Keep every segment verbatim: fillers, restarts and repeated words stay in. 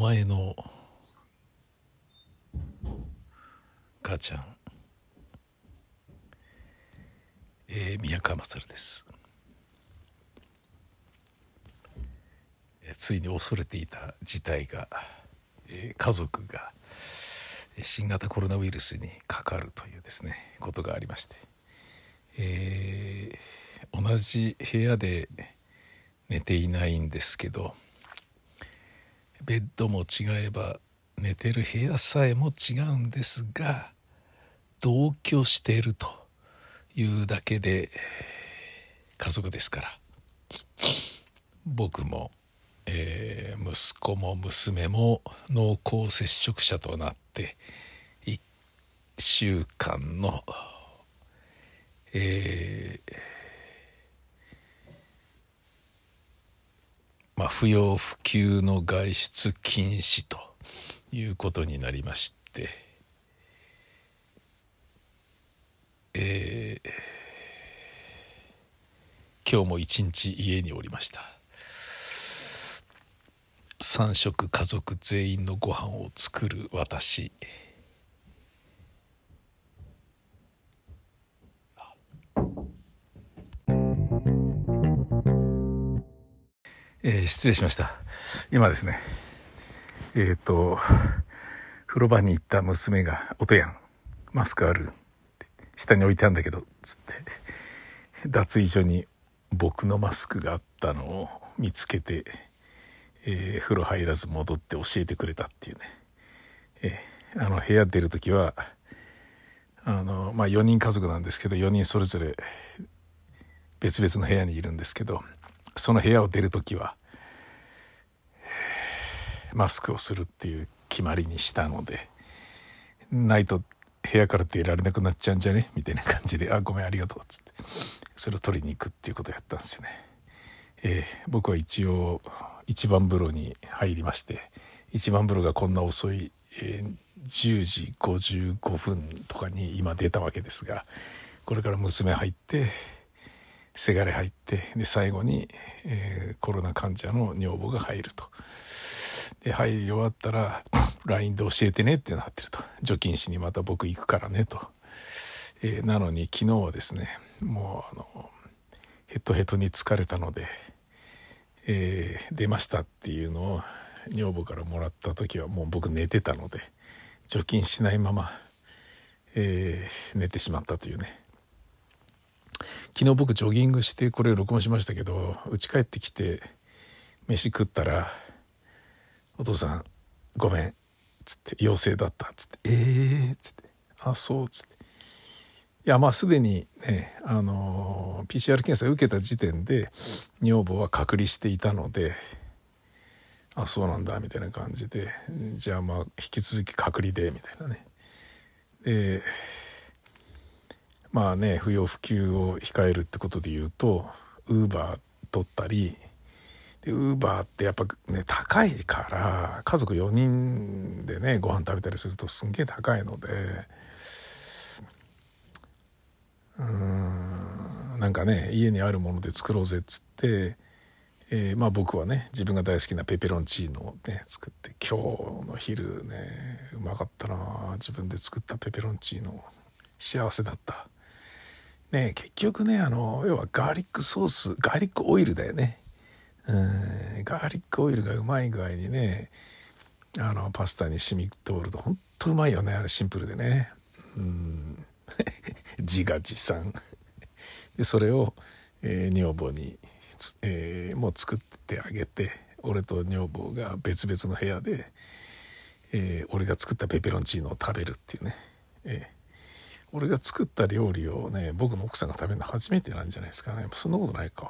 前の母ちゃん、えー、宮川勝です。えー、ついに恐れていた事態が、えー、家族が新型コロナウイルスにかかるというですねことがありまして、えー、同じ部屋で寝ていないんですけど、ベッドも違えば寝てる部屋さえも違うんですが、同居しているというだけで家族ですから、僕も、えー、息子も娘も濃厚接触者となっていっしゅうかんの、えーまあ、不要不急の外出禁止ということになりまして、えー、今日も一日家におりました。さん食家族全員のご飯を作る私、えー、失礼しました。今ですね、えっと風呂場に行った娘が「おとやんマスクある?」って下に置いてあるんだけどつって脱衣所に僕のマスクがあったのを見つけて、えー、風呂入らず戻って教えてくれたっていうね、えー、あの部屋出るときはあの、まあ、よにん家族なんですけど、よにんそれぞれ別々の部屋にいるんですけど、その部屋を出るときは、えー、マスクをするっていう決まりにしたので、ないと部屋から出られなくなっちゃうんじゃねみたいな感じで、あごめんありがとうっつってそれを取りに行くっていうことをやったんですよね。えー、僕は一応一番風呂に入りまして、一番風呂がこんな遅い、えー、じゅうじごじゅうごふんとかに今出たわけですが、これから娘入ってせがれ入ってで最後に、えー、コロナ患者の女房が入ると。で入り終わったら ライン で教えてねってなってると。除菌しにまた僕行くからねと。えー、なのに昨日はですね、もうあのヘトヘトに疲れたので、えー、出ましたっていうのを女房からもらった時はもう僕寝てたので、除菌しないまま、えー、寝てしまったというね。昨日僕ジョギングしてこれ録音しましたけど、家帰ってきて飯食ったらお父さんごめんつって陽性だったつって、えーっつって、あそうつって、いやまあすでにねあの ピーシーアール 検査受けた時点で女房は隔離していたので、あそうなんだみたいな感じで、じゃあまあ引き続き隔離でみたいなね。でまあね不要不急を控えるってことで言うとウーバー取ったり、ウーバーってやっぱね高いから家族よにんでねご飯食べたりするとすんげえ高いので、うーんなんかね家にあるもので作ろうぜっつって、えー、まあ僕はね自分が大好きなペペロンチーノをね作って、今日の昼ねうまかったな、自分で作ったペペロンチーノ幸せだったね。結局ねあの要はガーリックソースガーリックオイルだよね。うんガーリックオイルがうまい具合にねあのパスタに染み通るとほんとうまいよね、あれシンプルでね。うん自画自賛でそれを、えー、女房に、えー、もう作ってあげて、俺と女房が別々の部屋で、えー、俺が作ったペペロンチーノを食べるっていうね、えー、俺が作った料理をね僕の奥さんが食べるの初めてなんじゃないですかね。そんなことないか。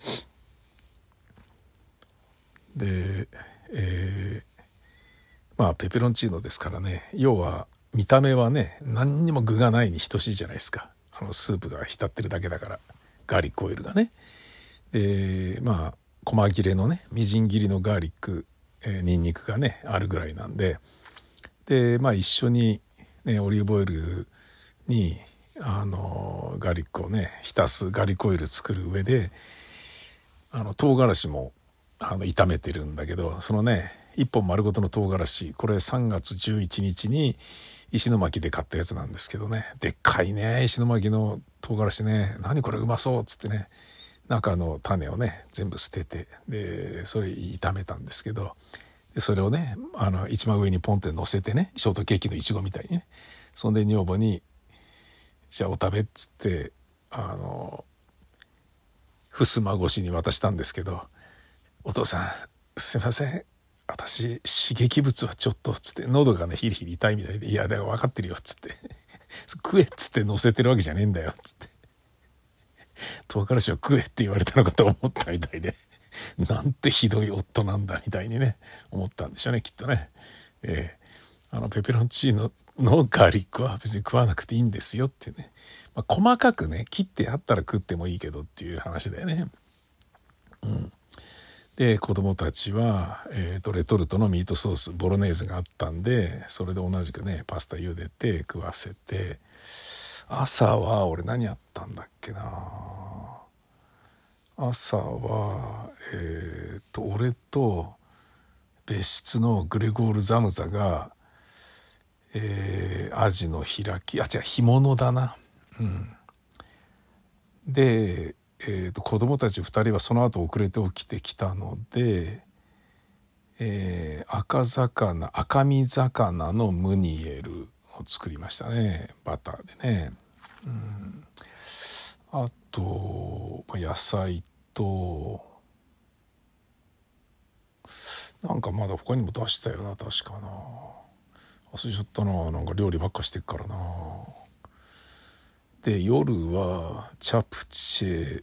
で、えー、まあペペロンチーノですからね、要は見た目はね何にも具がないに等しいじゃないですか。あのスープが浸ってるだけだから、ガーリックオイルがね。でまあ細切れのねみじん切りのガーリック、えー、ニンニクがねあるぐらいなんで、でまあ一緒にねオリーブオイルにあのガーリックをね浸すガーリックオイル作る上で、あの唐辛子もあの炒めてるんだけど、そのね一本丸ごとの唐辛子、これさんがつじゅういちにちに石巻で買ったやつなんですけどね、でっかいね石巻の唐辛子ね、何これうまそうっつってね、中の種をね全部捨てて、でそれ炒めたんですけど、でそれをねあの一番上にポンって乗せてね、ショートケーキのいちごみたいにね、そんで女房にじゃあお食べっつってあの襖越しに渡したんですけど、お父さんすいません私刺激物はちょっとっつって、喉がねヒリヒリ痛いみたいで、いやだから分かってるよっつって食えっつって乗せてるわけじゃねえんだよっつって、唐辛子を食えって言われたのかと思ったみたいでなんてひどい夫なんだみたいにね思ったんでしょうねきっとね。えー、あのペペロンチーノのガーリックは別に食わなくていいんですよっていうね、まあ、細かくね切ってあったら食ってもいいけどっていう話だよね。うん。で子供たちは、えー、とレトルトのミートソースボロネーゼがあったんで、それで同じくねパスタ茹でて食わせて、朝は俺何やったんだっけな、朝はえっ、と俺と別室のグレゴール・ザムザが、えー、アジの開き、あ違う干物だな、うん、でえー、と子供たちふたりはその後遅れて起きてきたので、えー、赤魚赤身魚のムニエルを作りましたね、バターでね。うん、あと野菜となんかまだ他にも出したよな確かな、忘れちゃったな、なんか料理ばっかしてっからな。で夜はチャプチェ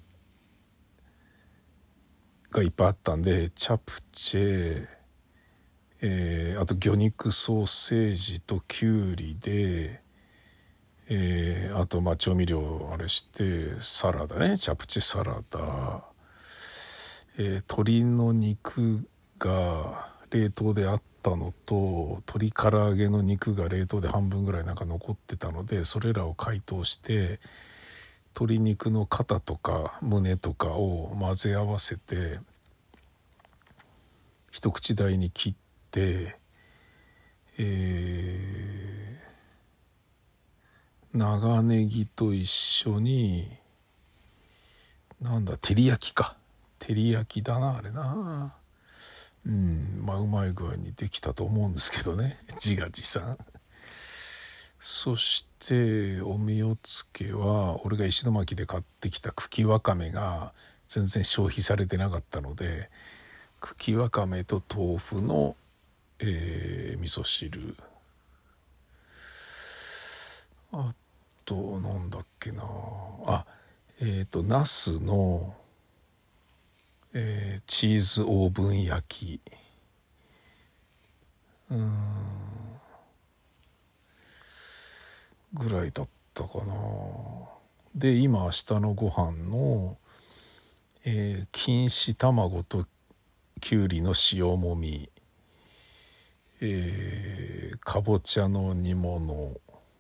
がいっぱいあったんで、チャプチェ、えー、あと魚肉ソーセージときゅうりで、えー、あとまあ調味料あれしてサラダね、チャプチェサラダ、えー、鶏の肉が冷凍であったのと鶏唐揚げの肉が冷凍で半分ぐらいなんか残ってたので、それらを解凍して鶏肉の肩とか胸とかを混ぜ合わせて一口大に切って、えー、長ネギと一緒になんだ照り焼きか照り焼きだなあれな、うんまあうまい具合にできたと思うんですけどね自画自賛。そしておみおつけは俺が石巻で買ってきた茎わかめが全然消費されてなかったので、茎わかめと豆腐の、えー、味噌汁、あとなんだっけなあえっ、ー、とナスの、えー、チーズオーブン焼き、うーんぐらいだったかな。で今明日のご飯の、えー、錦糸卵ときゅうりの塩もみ、えー、かぼちゃの煮物を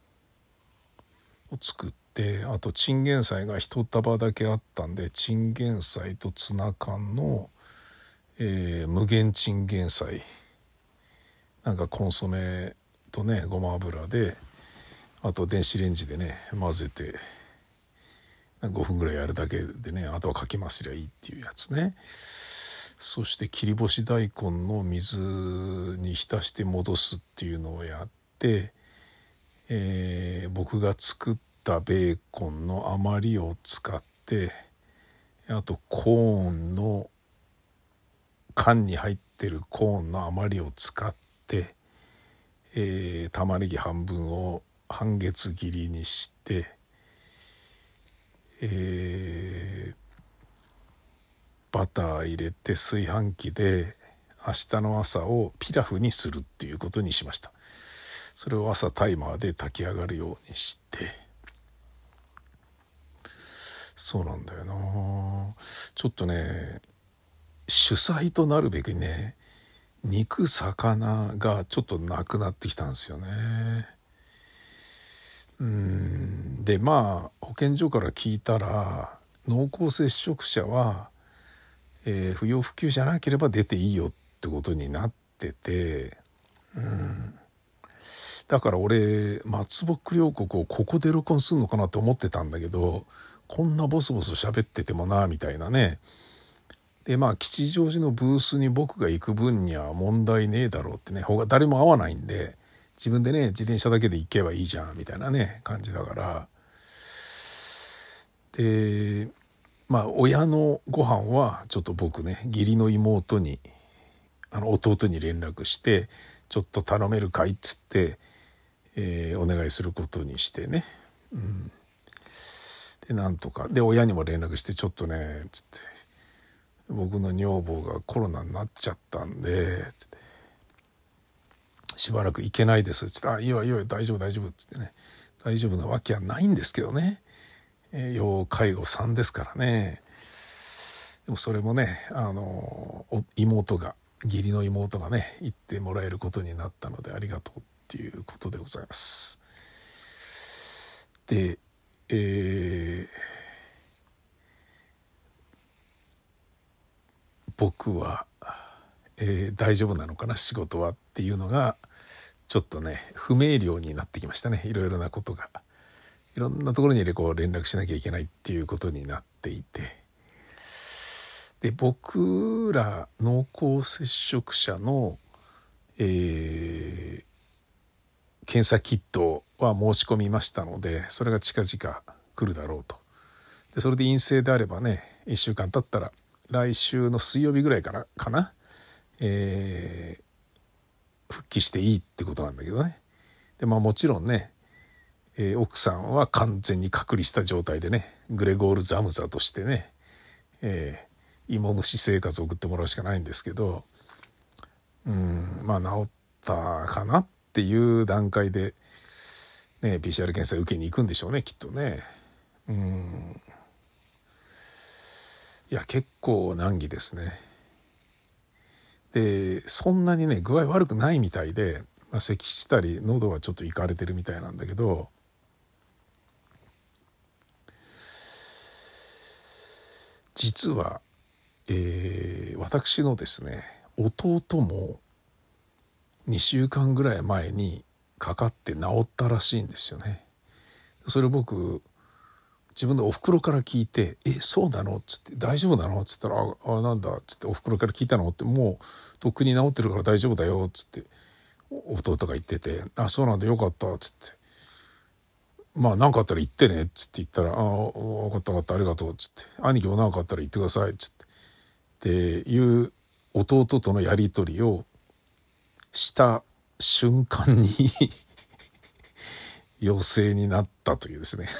作って、あとチンゲン菜が一束だけあったんでチンゲン菜とツナ缶の、えー、無限チンゲン菜なんかコンソメとねごま油であと電子レンジでね混ぜてごふんぐらいやるだけでね、あとはかき回せりゃいいっていうやつね。そして切り干し大根の水に浸して戻すっていうのをやって、えー、僕が作ったベーコンの余りを使ってあとコーンの缶に入ってるコーンの余りを使って、えー、玉ねぎ半分を半月切りにして、えー、バター入れて炊飯器で明日の朝をピラフにするっていうことにしました。それを朝タイマーで炊き上がるようにして、そうなんだよな、ちょっとね主菜となるべくね肉魚がちょっとなくなってきたんですよね。うんでまあ保健所から聞いたら濃厚接触者は、えー、不要不急じゃなければ出ていいよってことになってて、うん、だから俺松ぼっくり王国をここで録音するのかなって思ってたんだけど、こんなボソボソ喋っててもなみたいなね。でまあ吉祥寺のブースに僕が行く分には問題ねえだろうってね、他誰も会わないんで自分でね自転車だけで行けばいいじゃんみたいなね感じだから、でまあ親のご飯はちょっと僕ね義理の妹にあの弟に連絡してちょっと頼めるかいっつって、えー、お願いすることにしてね、うん、でなんとかで親にも連絡してちょっとねつって僕の女房がコロナになっちゃったんでつってしばらく行けないですつってあいいよいいよ大丈夫大丈夫っつってね、大丈夫なわけはないんですけどね、えー、要介護さんですからね。でもそれもねあの妹が義理の妹がね行ってもらえることになったのでありがとうっていうことでございます。で、えー、僕は、えー、大丈夫なのかな仕事はっていうのがちょっとね不明瞭になってきましたね。いろいろなことがいろんなところにこう連絡しなきゃいけないっていうことになっていて、で僕ら濃厚接触者の、えー、検査キットは申し込みましたのでそれが近々来るだろうと。でそれで陰性であればねいっしゅうかん経ったら来週の水曜日ぐらいからかな、えー、復帰していいってことなんだけどね。でまあもちろんね、えー、奥さんは完全に隔離した状態でねグレゴール・ザムザとしてね、えー芋虫生活を送ってもらうしかないんですけど、うんまあ治ったかなっていう段階で、ね、ピーシーアール 検査受けに行くんでしょうねきっとね。うんいや結構難儀ですね。でそんなにね具合悪くないみたいで、まあ、咳したり喉はちょっといかれてるみたいなんだけど、実はえー、私のですね弟もにしゅうかんぐらい前にかかって治ったらしいんですよね。それを僕自分でおふくろから聞いて「えそうなの?」っつって「大丈夫なの?」っつったら「ああなんだ」っつっておふくろから聞いたのって「もうとっくに治ってるから大丈夫だよ」っつって弟が言ってて「あそうなんだよかった」っつって「まあ何かあったら言ってね」っつって言ったら「あ分かった分かったありがとう」っつって「兄貴も何かあったら言ってください」っつってっていう弟とのやり取りをした瞬間に陽性になったというですね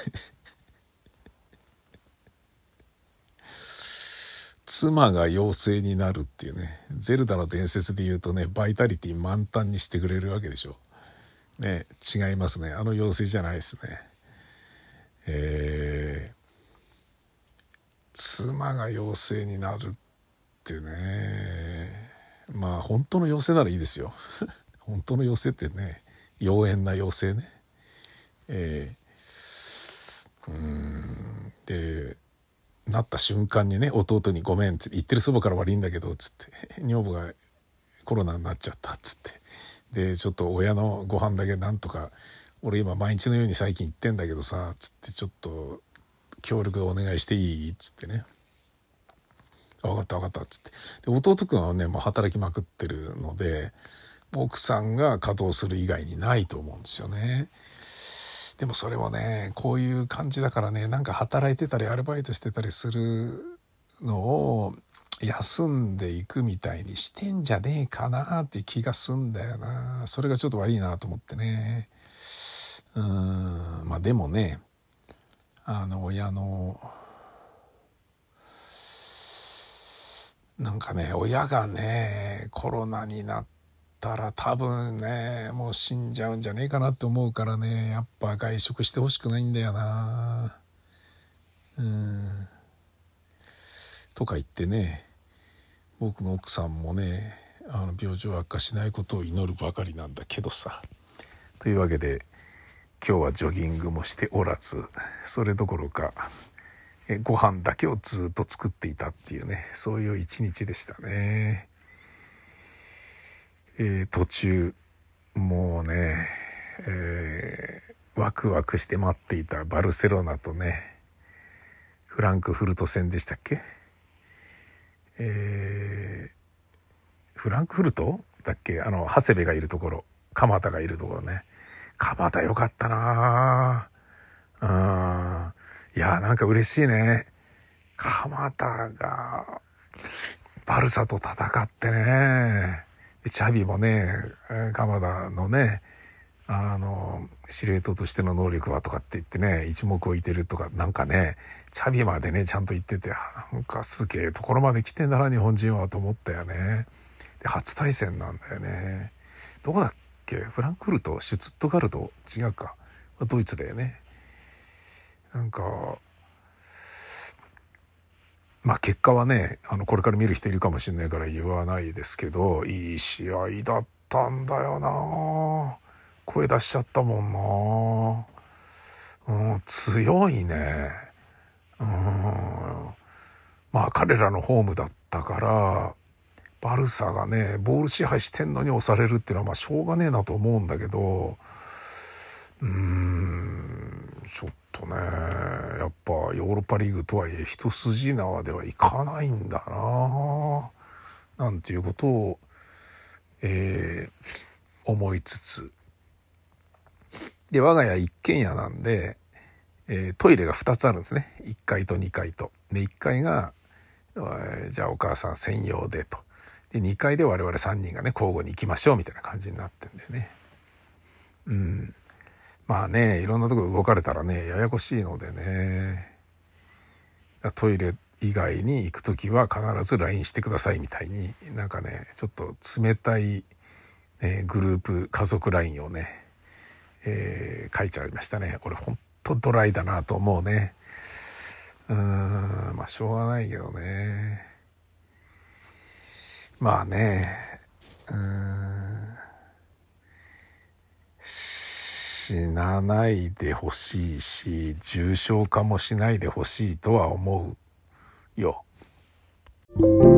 妻が陽性になるっていうね、ゼルダの伝説で言うとねバイタリティ満タンにしてくれるわけでしょね。違いますね、あの陽性じゃないですね。えー、妻が陽性になるってね、まあ本当の陽性ならいいですよ本当の陽性ってね妖艶な陽性ね、えー、うーんでなった瞬間にね弟にごめんって言ってるそばから悪いんだけどつって女房がコロナになっちゃったっつってでちょっと親のご飯だけなんとか俺今毎日のように最近言ってんだけどさつってちょっと協力お願いしていいっつってね分かった分かったっつってで弟くんはねもう働きまくってるので奥さんが稼働する以外にないと思うんですよね。でもそれもねこういう感じだからねなんか働いてたりアルバイトしてたりするのを休んでいくみたいにしてんじゃねえかなっていう気がすんだよな。それがちょっと悪いなと思ってね。うーんまあでもねあの親のなんかね親がねコロナになったら多分ねもう死んじゃうんじゃねえかなって思うからねやっぱ外食してほしくないんだよな。うんとか言ってね僕の奥さんもねあの病状悪化しないことを祈るばかりなんだけどさ。というわけで今日はジョギングもしておらずそれどころかえご飯だけをずっと作っていたっていうねそういう一日でしたね。 えー、途中もうね、えー、ワクワクして待っていたバルセロナとねフランクフルト戦でしたっけ、えー、フランクフルトだっけ、あの長谷部がいるところ、鎌田がいるところね。鎌田よかったなあ。うん、いやなんか嬉しいね。鎌田がバルサと戦ってね、チャビもね鎌田のねあの司令塔としての能力はとかって言ってね一目置いてるとか、なんかねチャビまでねちゃんと言ってて、なんかすげえところまで来てんだな日本人はと思ったよね。で初対戦なんだよね。どこだっけ、フランクフルト、シュツットガルト、違うか、ドイツだよね。なんかまあ結果はねあのこれから見る人いるかもしれないから言わないですけど、いい試合だったんだよな。声出しちゃったもんな、うん、強いね。うん、まあ彼らのホームだったからバルサがねボール支配してんのに押されるっていうのはまあしょうがねえなと思うんだけど、うーんちょっとねやっぱヨーロッパリーグとはいえ一筋縄ではいかないんだななんていうことを、えー、思いつつ、で我が家一軒家なんで、えー、トイレがふたつあるんですね。いっかいとにかいと。でいっかいが、えー、じゃあお母さん専用でと。でにかいで我々さんにんがね交互に行きましょうみたいな感じになってんだよね。うん。まあねいろんなとこ動かれたらねややこしいのでね、トイレ以外に行くときは必ず ライン してくださいみたいに、なんかねちょっと冷たい、ね、グループ家族 ライン をね、えー、書いちゃいましたね。これほんとドライだなと思うね。うーんまあしょうがないけどね。まあねうーん死なないでほしいし重症化もしないでほしいとは思うよ。